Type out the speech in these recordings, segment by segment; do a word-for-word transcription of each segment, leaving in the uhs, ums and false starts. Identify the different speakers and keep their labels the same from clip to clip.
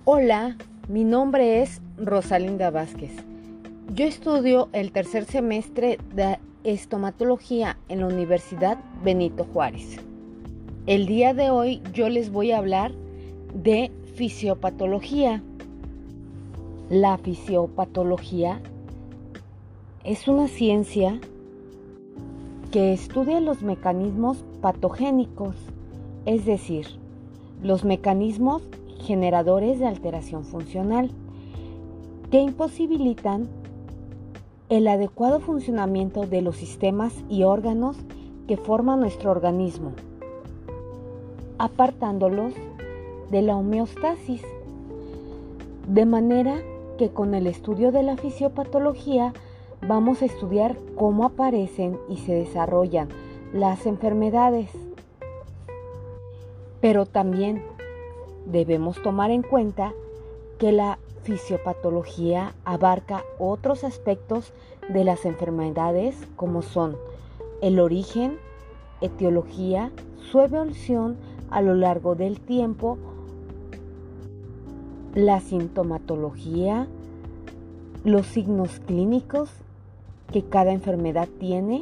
Speaker 1: Hola, mi nombre es Rosalinda Vázquez. Yo estudio el tercer semestre de estomatología en la Universidad Benito Juárez. El día de hoy yo les voy a hablar de fisiopatología. La fisiopatología es una ciencia que estudia los mecanismos patogénicos, es decir, los mecanismos generadores de alteración funcional que imposibilitan el adecuado funcionamiento de los sistemas y órganos que forman nuestro organismo, apartándolos de la homeostasis, de manera que con el estudio de la fisiopatología vamos a estudiar cómo aparecen y se desarrollan las enfermedades, pero también debemos tomar en cuenta que la fisiopatología abarca otros aspectos de las enfermedades como son el origen, etiología, su evolución a lo largo del tiempo, la sintomatología, los signos clínicos que cada enfermedad tiene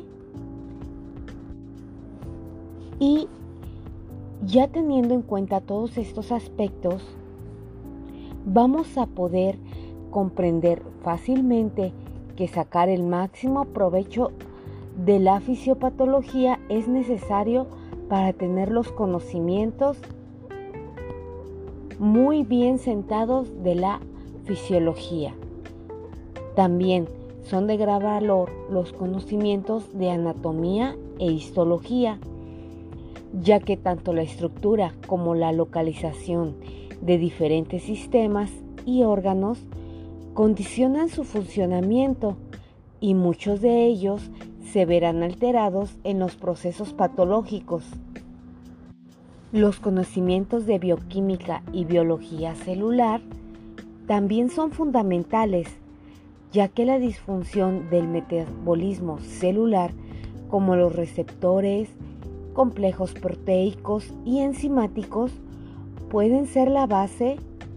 Speaker 1: y ya teniendo en cuenta todos estos aspectos, vamos a poder comprender fácilmente que sacar el máximo provecho de la fisiopatología es necesario para tener los conocimientos muy bien sentados de la fisiología. También son de gran valor los conocimientos de anatomía e histología, ya que tanto la estructura como la localización de diferentes sistemas y órganos condicionan su funcionamiento y muchos de ellos se verán alterados en los procesos patológicos. Los conocimientos de bioquímica y biología celular también son fundamentales, ya que la disfunción del metabolismo celular, como los receptores, complejos proteicos y enzimáticos, pueden ser la base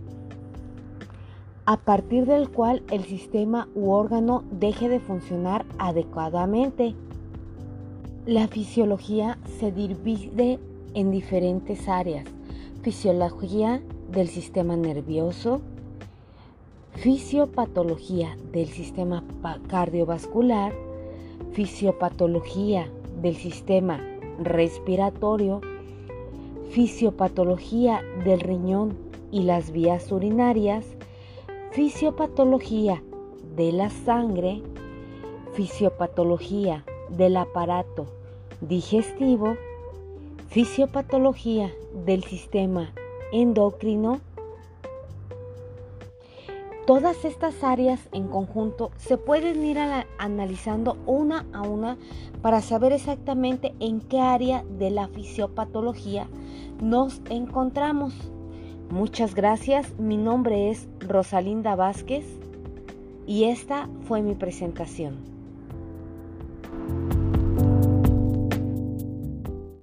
Speaker 1: a partir del cual el sistema u órgano deje de funcionar adecuadamente. La fisiología se divide en diferentes áreas: fisiología del sistema nervioso, fisiopatología del sistema cardiovascular, fisiopatología del sistema respiratorio, fisiopatología del riñón y las vías urinarias, fisiopatología de la sangre, fisiopatología del aparato digestivo, fisiopatología del sistema endocrino. Todas estas áreas en conjunto se pueden ir a analizando una a una para saber exactamente en qué área de la fisiopatología nos encontramos. Muchas gracias, mi nombre es Rosalinda Vázquez y esta fue mi presentación.